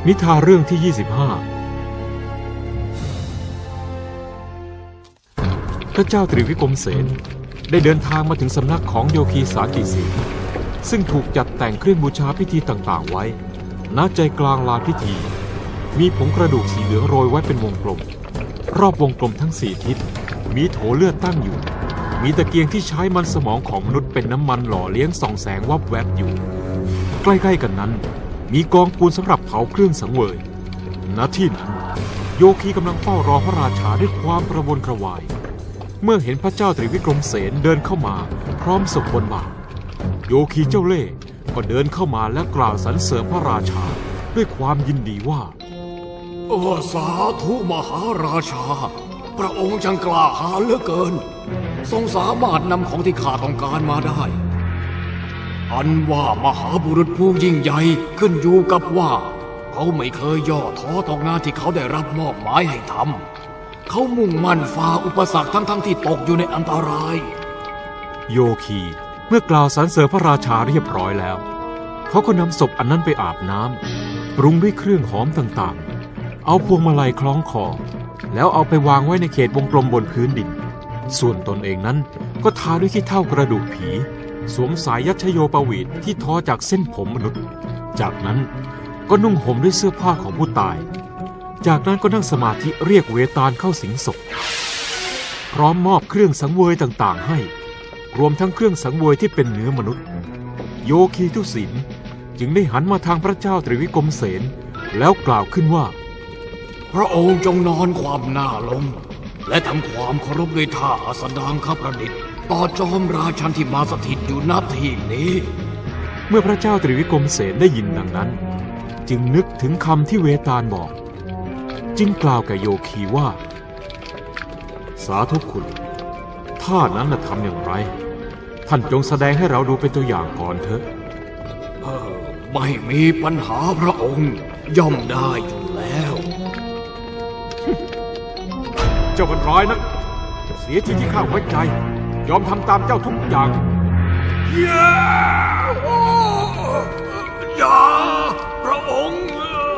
นิทานเรื่องที่25พระเจ้าตรีวิกรมเสนได้เดินทางมาถึงสำนักของโยคีสารติสีซึ่งถูกจัดแต่งเครื่องบูชาพิธีต่างๆไว้ณใจกลางลานพิธีมีผงกระดูกสีเหลืองโรยไว้เป็นวงกลมรอบวงกลมทั้ง4ทิศมีโถเลือดตั้งอยู่มีตะเกียงที่ใช้มันสมองของมนุษย์เป็นน้ำมันหล่อเลี้ยงส่องแสงวับแวบอยู่ใกล้ๆกันนั้นมีกองปูนสำหรับเผาเครื่องสังเวยณที่นั้นโยคีกำลังเฝ้ารอพระราชาด้วยความกระวนกระวายเมื่อเห็นพระเจ้าตรีวิกรมเสนเดินเข้ามาพร้อมศพบนบ่าโยคีเจ้าเล่ห์ก็เดินเข้ามาและกล่าวสรรเสริญพระราชาด้วยความยินดีว่าสาธุมหาราชาพระองค์ช่างกล้าหาญเหลือเกินทรงสามารถนำของที่ข้าต้องการมาได้อันว่ามหาบุรุษผู้ยิ่งใหญ่ขึ้นอยู่กับว่าเขาไม่เคยย่อท้อต่องานที่เขาได้รับมอบหมายให้ทำเขามุ่งมั่นฝ่าอุปสรรคทั้งที่ตกอยู่ในอันตรายโยคีเมื่อกล่าวสรรเสริญพระราชาเรียบร้อยแล้วเขาก็นำศพอันนั้นไปอาบน้ำปรุงด้วยเครื่องหอมต่างๆเอาพวงมาลัยคล้องคอแล้วเอาไปวางไว้ในเขตวงกลมบนพื้นดินส่วนตนเองนั้นก็ทาด้วยขี้เถ้ากระดูกผีสวมสายยัชโยปวีตที่ทอจากเส้นผมมนุษย์จากนั้นก็นุ่งห่มด้วยเสื้อผ้าของผู้ตายจากนั้นก็นั่งสมาธิเรียกเวตาลเข้าสิงศพพร้อมมอบเครื่องสังเวยต่างๆให้รวมทั้งเครื่องสังเวยที่เป็นเนื้อมนุษย์โยคีทุศิลป์จึงได้หันมาทางพระเจ้าตรีวิกรมเสนแล้วกล่าวขึ้นว่าพระองค์จงนอนความหน้าลงและทำความเคารพด้วยท่าอัสดางคประดิษฐ์ต่อจอมราชันที่มาสถิตอยู่ณที่นี้เมื่อพระเจ้าตรีวิกรมเสนได้ยินดังนั้นจึงนึกถึงคำที่เวตาลบอกจึงกล่าวแก่โยคีว่าสาธุคุณท่านั้นทำอย่างไรท่านจงแสดงให้เราดูเป็นตัวอย่างก่อนเถอะไม่มีปัญหาพระองค์ย่อมได้อยู่แล้วเจ้ามันร้ายนักเสียทีที่ข้าไว้ใจยอมทำตามเจ้าทุกอย่างอย่าพระองค์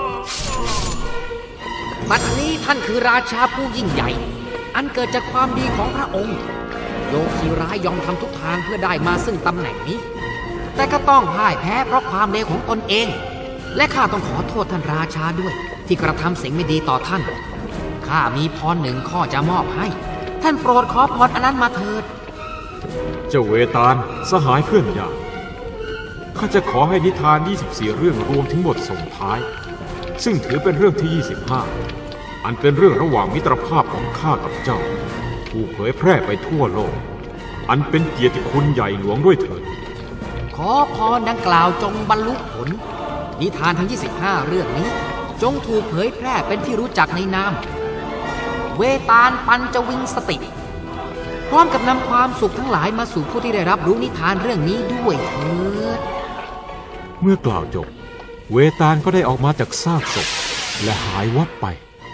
บัดนี้ท่านคือราชาผู้ยิ่งใหญ่อันเกิดจากความดีของพระองค์โยคีร้ายยอมทำทุกทางเพื่อได้มาซึ่งตำแหน่งนี้แต่ก็ต้องพ่ายแพ้เพราะความเลวของตนเองและข้าต้องขอโทษท่านราชาด้วยที่กระทำสิ่งไม่ดีต่อท่านข้ามีพรหนึ่งข้อจะมอบให้ท่านโปรดขอพรอันนั้นมาเถิดเจ้าเวตาลสหายเพื่อนยากข้าจะขอให้นิทาน24เรื่องรวมถึงบทส่งท้ายซึ่งถือเป็นเรื่องที่25อันเป็นเรื่องระหว่างมิตรภาพของข้ากับเจ้าผู้เผยแพร่ไปทั่วโลกอันเป็นเกียรติคุณใหญ่หลวงด้วยเถิดขอพรดังกล่าวจงบรรลุผลนิทานทั้ง25เรื่องนี้จงถูกเผยแพร่เป็นที่รู้จักในนามเวตาลปัญจวิงสติพร้อมกับนำความสุขทั้งหลายมาสู่ผู้ที่ได้รับรู้นิทานเรื่องนี้ด้วยเถิดเมื่อกล่าวจบเวตาลก็ได้ออกมาจากซากศพและหายวับไป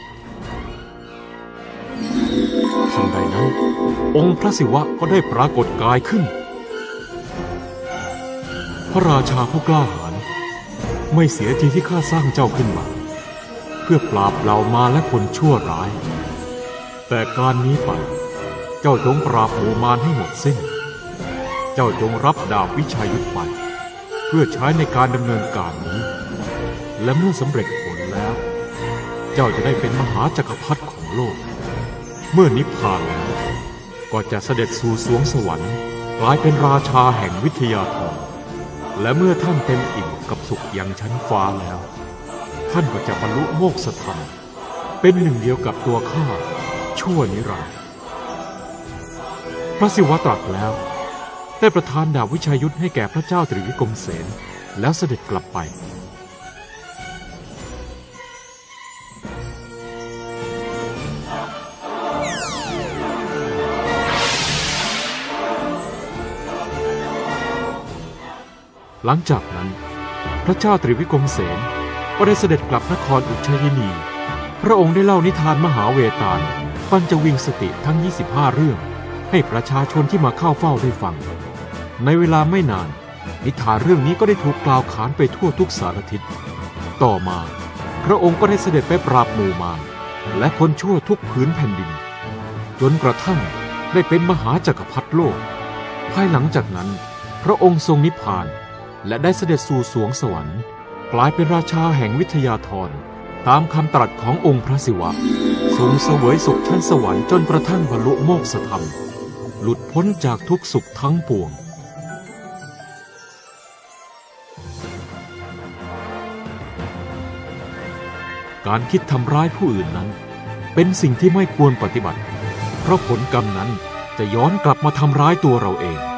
ทันใดนั้นองค์พระศิวะก็ได้ปรากฏกายขึ้นพระราชาผู้กล้าหาญไม่เสียทีที่ข้าสร้างเจ้าขึ้นมาเพื่อปราบเหล่ามารและคนชั่วร้ายแต่การนี้ไปเจ้าจงปราบหมู่มารให้หมดสิ้นเจ้าจงรับดาบวิชัยยุทธไปเพื่อใช้ในการดำเนินการนี้และเมื่อสำเร็จผลแล้วเจ้าจะได้เป็นมหาจักรพรรดิของโลกเมื่อนิพพานแล้วก็จะเสด็จสู่สวงสวรรค์กลายเป็นราชาแห่งวิทยาธรและเมื่อท่านเต็มอิ่มกับสุขยังชั้นฟ้าแล้วท่านก็จะบรรลุโมกษธรรมเป็นหนึ่งเดียวกับตัวข้าชั่วนิรันดร์พระศิวะตรัสแล้วได้ประทานดาบวิชัยยุทธให้แก่พระเจ้าตรีวิกรมเสนแล้วเสด็จกลับไปหลังจากนั้นพระเจ้าตรีวิกรมเสนก็ได้เสด็จกลับนครอุชยินีพระองค์ได้เล่านิทานมหาเวตาลปัญจวิงสติทั้ง25เรื่องให้ประชาชนที่มาเข้าเฝ้าได้ฟังในเวลาไม่นานนิทานเรื่องนี้ก็ได้ถูกกล่าวขานไปทั่วทุกสารทิศต่อมาพระองค์ก็ได้เสด็จไปปราบหมู่มารและคนชั่วทุกผืนแผ่นดินจนกระทั่งได้เป็นมหาจักรพรรดิโลกภายหลังจากนั้นพระองค์ทรงนิพพานและได้เสด็จสู่สวงสวรรค์กลายเป็นราชาแห่งวิทยาธรตามคำตรัสขององค์พระศิวะทรงเสวยสุขชั้นสวรรค์จนกระทั่งบรรลุโมกษธรรมหลุดพ้นจากทุกสุขทั้งปวงการคิดทำร้ายผู้อื่นนั้นเป็นสิ่งที่ไม่ควรปฏิบัติเพราะผลกรรมนั้นจะย้อนกลับมาทำร้ายตัวเราเอง